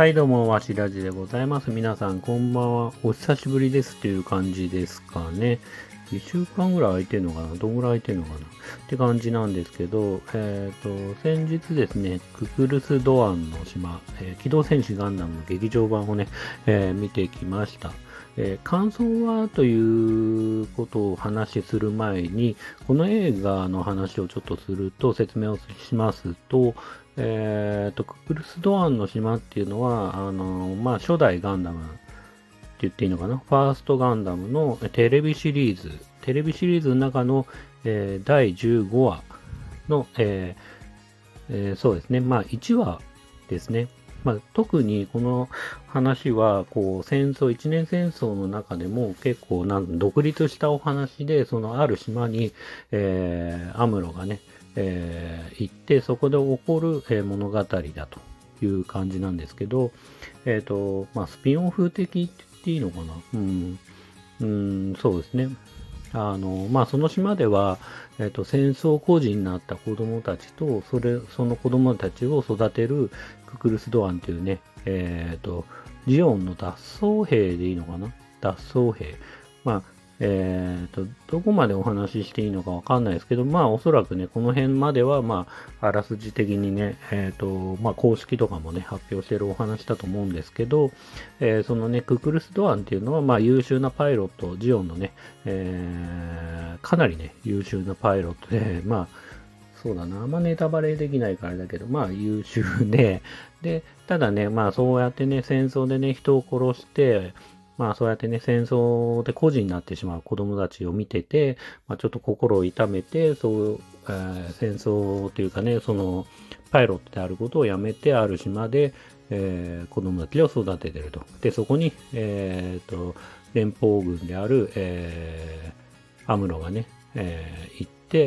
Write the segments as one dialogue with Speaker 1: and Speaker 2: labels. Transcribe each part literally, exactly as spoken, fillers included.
Speaker 1: はい、どうも、わしらじでございます。皆さん、こんばんは。お久しぶりですっていう感じですかね。いっしゅうかんぐらい空いてんのかな、どんぐらい空いてんのかなって感じなんですけど、えっ、と、先日ですね、ククルス・ドアンの島、えー機動戦士ガンダムの劇場版をね、えー見てきました。えー感想はということを話しする前に、この映画の話をちょっとすると、説明をしますと、えっと、ククルス・ドアンの島っていうのは、あの、まあ、初代ガンダムって言っていいのかな、ファーストガンダムのテレビシリーズ、テレビシリーズの中の、えーだいじゅうごわの、えーえーそうですね、まあ、いちわですね。まあ、特にこの話は、こう、戦争、一年戦争の中でも結構なん独立したお話で、そのある島に、えーアムロがね、えー行って、そこで起こる、えー物語だという感じなんですけど、えっ、と、まあ、スピンオフ的って言っていいのかな。うん、うん、そうですね。あの、まあ、その島では、えっ、と、戦争孤児になった子供たちと、それ、その子供たちを育てるククルス・ドアンというね、えっ、と、ジオンの脱走兵でいいのかな、脱走兵。まあ、えっ、と、どこまでお話ししていいのかわかんないですけど、まあ、おそらくね、この辺までは、まあ、あらすじ的にね、えっ、と、まあ、公式とかもね、発表してるお話だと思うんですけど、えーそのね、ククルス・ドアンっていうのは、まあ、優秀なパイロット、ジオンのね、えーかなりね、優秀なパイロットで、まあ、そうだな、あんまネタバレできないからだけど、まあ優秀で、で、ただね、まあそうやってね、戦争でね、人を殺して、まあそうやってね、戦争で孤児になってしまう子供たちを見てて、まあちょっと心を痛めて、そう、えー戦争というかね、その、パイロットであることをやめて、ある島で、えー子供たちを育ててると。で、そこに、えっと、連邦軍である、えーアムロがね、えー行って、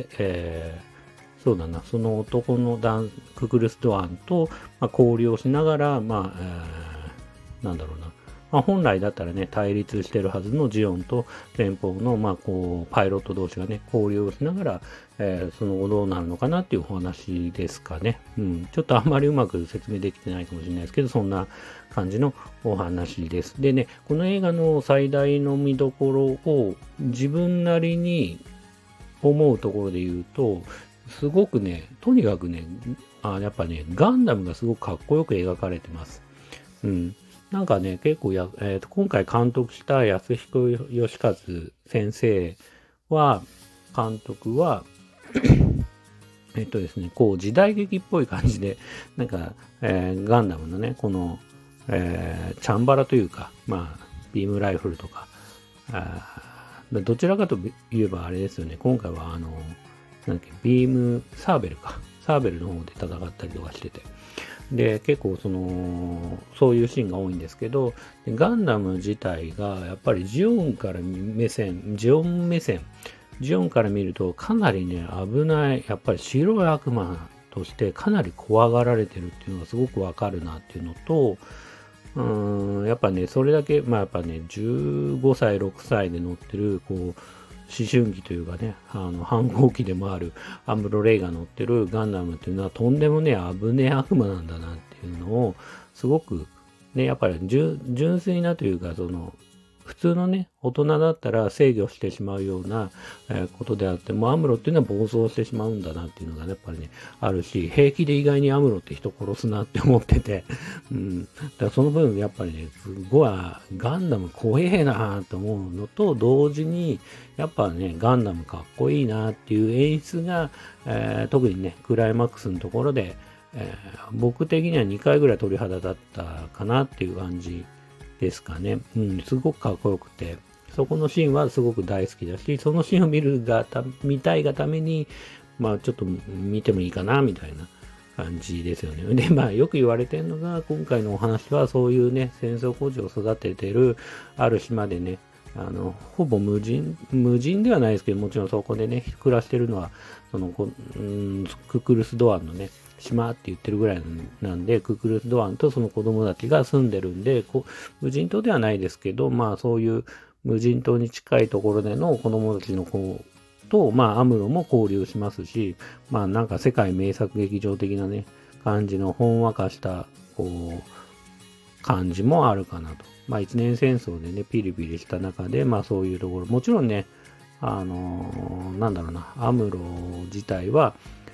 Speaker 1: えーそうだな、その男のダンククルス・ドアンと、まあ、交流をしながら、まあ、えーなんだろうな、まあ、本来だったらね、対立してるはずのジオンと連邦の、まあ、こう、パイロット同士がね、交流をしながら、えーその後どうなるのかなっていうお話ですかね。うん。ちょっとあんまりうまく説明できてないかもしれないですけど、そんな感じのお話です。でね、この映画の最大の見どころを自分なりに思うところで言うと、すごくね、とにかくね、あやっぱね、ガンダムがすごくかっこよく描かれてます。うん。なんかね、結構や、えーと、今回監督した安彦義和先生は、監督は、えっとですね、こう時代劇っぽい感じで、なんか、えーガンダムのね、この、えーチャンバラというか、まあ、ビームライフルとか、あーどちらかといえばあれですよね、今回はあの、なんだっけ、ビーム、サーベルか。サーベルの方で戦ったりとかしてて。で、結構その、そういうシーンが多いんですけど、ガンダム自体がやっぱりジオンから目線、ジオン目線、ジオンから見るとかなりね、危ない、やっぱり白い悪魔としてかなり怖がられてるっていうのがすごくわかるなっていうのと、うーん、やっぱね、それだけ、まあやっぱね、じゅうごさい、ろくさいで乗ってる、こう、思春期というかね、あの、反抗期でもあるアムロ・レイが乗ってるガンダムっていうのはとんでもね、危ねえ悪魔なんだなっていうのを、すごく、ね、やっぱり純純粋なというか、その、普通のね、大人だったら制御してしまうような、えーことであっても、アムロっていうのは暴走してしまうんだなっていうのがね、やっぱりね、あるし、平気で意外にアムロって人殺すなって思ってて、うん。だからその分、やっぱりね、すごい、ガンダム怖えなと思うのと、同時に、やっぱね、ガンダムかっこいいなっていう演出が、えー特にね、クライマックスのところで、えー僕的にはにかいぐらい鳥肌だったかなっていう感じですかね。うん、すごくかっこよくて、そこのシーンはすごく大好きだし、そのシーンを見るがた、見たいがために、まあちょっと見てもいいかな、みたいな感じですよね。で、まあよく言われてるのが、今回のお話はそういうね、戦争孤児を育ててるある島でね、あの、ほぼ無人、無人ではないですけど、もちろんそこでね、暮らしてるのは、その、こうん、ククルスドアンのね、島って言ってるぐらいなんで、ククルスドアンとその子供たちが住んでるんで、こ無人島ではないですけど、まあそういう無人島に近いところでの子供たちの子と、まあアムロも交流しますし、まあなんか世界名作劇場的なね、感じのほんわかした、こう、 感じもあるかなと。まあ一年戦争でね、ピリピリした中で、まあそういうところ、もちろんね、あのーなんだろうな、アムロ自体は、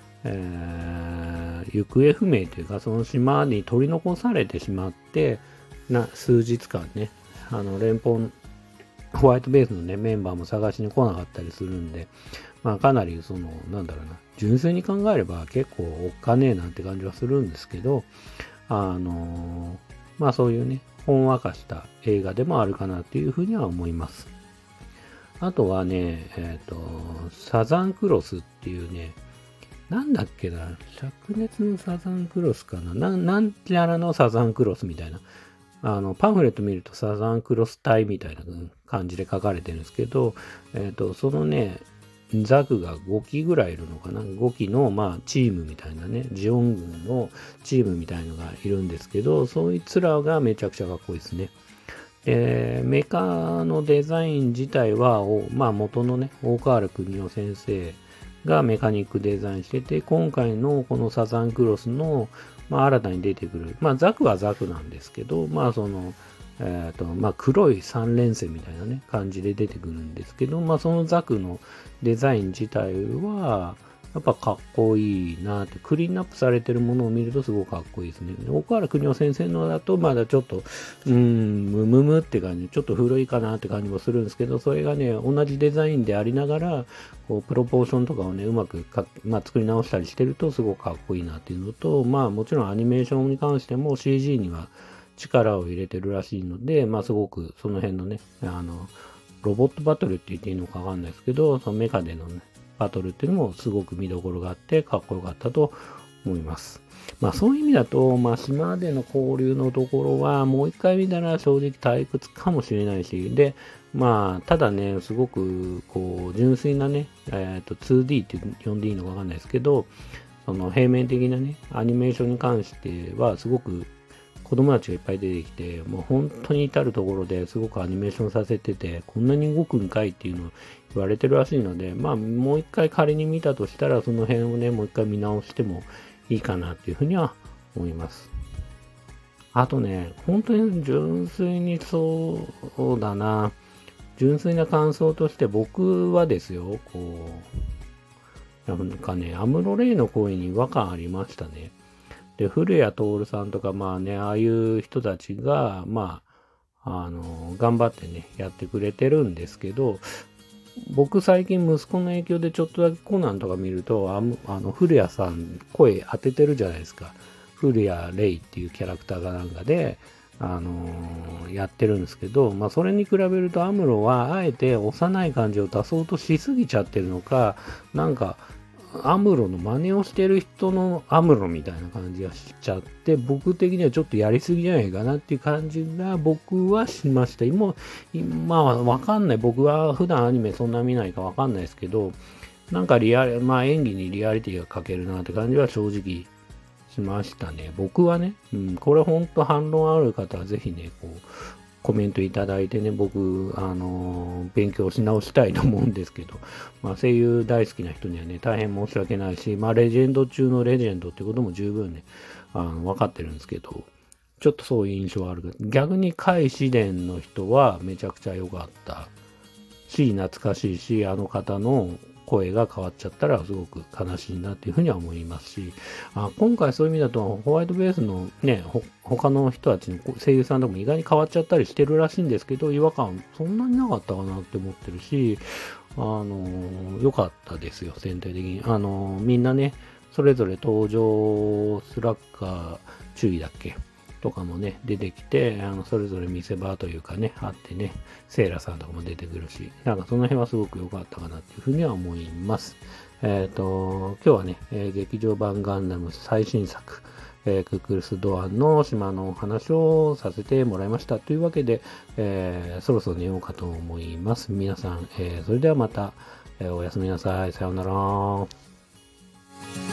Speaker 1: えー行方不明というか、その島に取り残されてしまって、な数日間ね、あの連邦、ホワイトベースのね、メンバーも探しに来なかったりするんで、まあかなりその、なんだろうな、純粋に考えれば結構おっかねえなんて感じはするんですけど、あのーまあそういうね、ほんわかした映画でもあるかなっていうふうには思います。あとはね、えっ、と、サザンクロスっていうね、なんだっけな、灼熱のサザンクロスかな、ななんちゃらのサザンクロスみたいな。あの、パンフレット見るとサザンクロス隊みたいな感じで書かれてるんですけど、えっ、と、そのね、ザクがごきぐらいいるのかな ?ご 機の、まあ、チームみたいなね、ジオン軍のチームみたいのがいるんですけど、そいつらがめちゃくちゃかっこいいですね。で、メカのデザイン自体は、まあ、元のね、大河原邦夫先生がメカニックデザインしてて、今回のこのサザンクロスの、まあ、新たに出てくる、まあ、ザクはザクなんですけど、まあ、その、えっ、ー、と、まあ、黒い三連星みたいなね、感じで出てくるんですけど、まあ、そのザクのデザイン自体は、やっぱかっこいいなって、クリーンアップされてるものを見るとすごくかっこいいですね。奥原邦夫先生のだと、まだちょっと、うーん、ムムムって感じ、ちょっと古いかなって感じもするんですけど、それがね、同じデザインでありながら、こうプロポーションとかをね、うまくか、まあ、作り直したりしてると、すごくかっこいいなっていうのと、まあ、もちろんアニメーションに関しても シージー には力を入れてるらしいので、まあ、すごくその辺のね、あの、ロボットバトルって言っていいのかわかんないですけど、そのメカでのね、バトルっていうのもすごく見どころがあってかっこよかったと思います。まあそういう意味だと、まあ島での交流のところはもう一回見たら正直退屈かもしれないし、で、まあただね、すごくこう純粋なね、えっと ツーディー って呼んでいいのかわかんないですけど、その平面的なね、アニメーションに関してはすごく子供たちがいっぱい出てきて、もう本当に至るところですごくアニメーションさせてて、こんなに動くんかいっていうのを言われてるらしいので、まあもう一回仮に見たとしたら、その辺をね、もう一回見直してもいいかなっていうふうには思います。あとね、本当に純粋にそうだな、純粋な感想として僕はですよ、こう、なんかね、アムロレイの声に違和感ありましたね。で、古谷徹さんとか、まあね、ああいう人たちが、まあ、あの、頑張ってね、やってくれてるんですけど、僕最近息子の影響でちょっとだけコナンとか見ると、ああの、古谷さん声当ててるじゃないですか。古谷レイっていうキャラクターがなんかで、あのー、やってるんですけど、まあそれに比べるとアムロはあえて幼い感じを出そうとしすぎちゃってるのか、なんか、アムロの真似をしてる人のアムロみたいな感じがしちゃって、僕的にはちょっとやりすぎじゃないかなっていう感じが僕はしました。今、まあわかんない。僕は普段アニメそんな見ないかわかんないですけど、なんかリアル、まあ演技にリアリティが欠けるなって感じは正直しましたね。僕はね、うん、これほんと反論ある方はぜひね、こう、コメントいただいてね、僕、あのー、勉強し直したいと思うんですけど、まあ、声優大好きな人にはね、大変申し訳ないし、まあ、レジェンド中のレジェンドってことも十分ね、あの、分かってるんですけど、ちょっとそういう印象はあるけど、逆に海自伝の人はめちゃくちゃ良かったし、懐かしいし、あの方の声が変わっちゃったらすごく悲しいなっていうふうには思いますし、あ今回そういう意味だとホワイトベースのね、ほ他の人たちの声優さんとかも意外に変わっちゃったりしてるらしいんですけど、違和感そんなになかったかなって思ってるし、あの良かったですよ、全体的に。あのみんなね、それぞれ登場スラッガー注意だっけとかもね、出てきて、あの、それぞれ見せ場というかね、あってね、セイラさんとかも出てくるし、なんかその辺はすごく良かったかなっていうふうには思います。えっ、ー、と、今日はね、えー、劇場版ガンダム最新作、えー、クックルスドアンの島のお話をさせてもらいました。というわけで、えー、そろそろ寝ようかと思います。皆さん、えー、それではまた、えー、おやすみなさい。さようなら。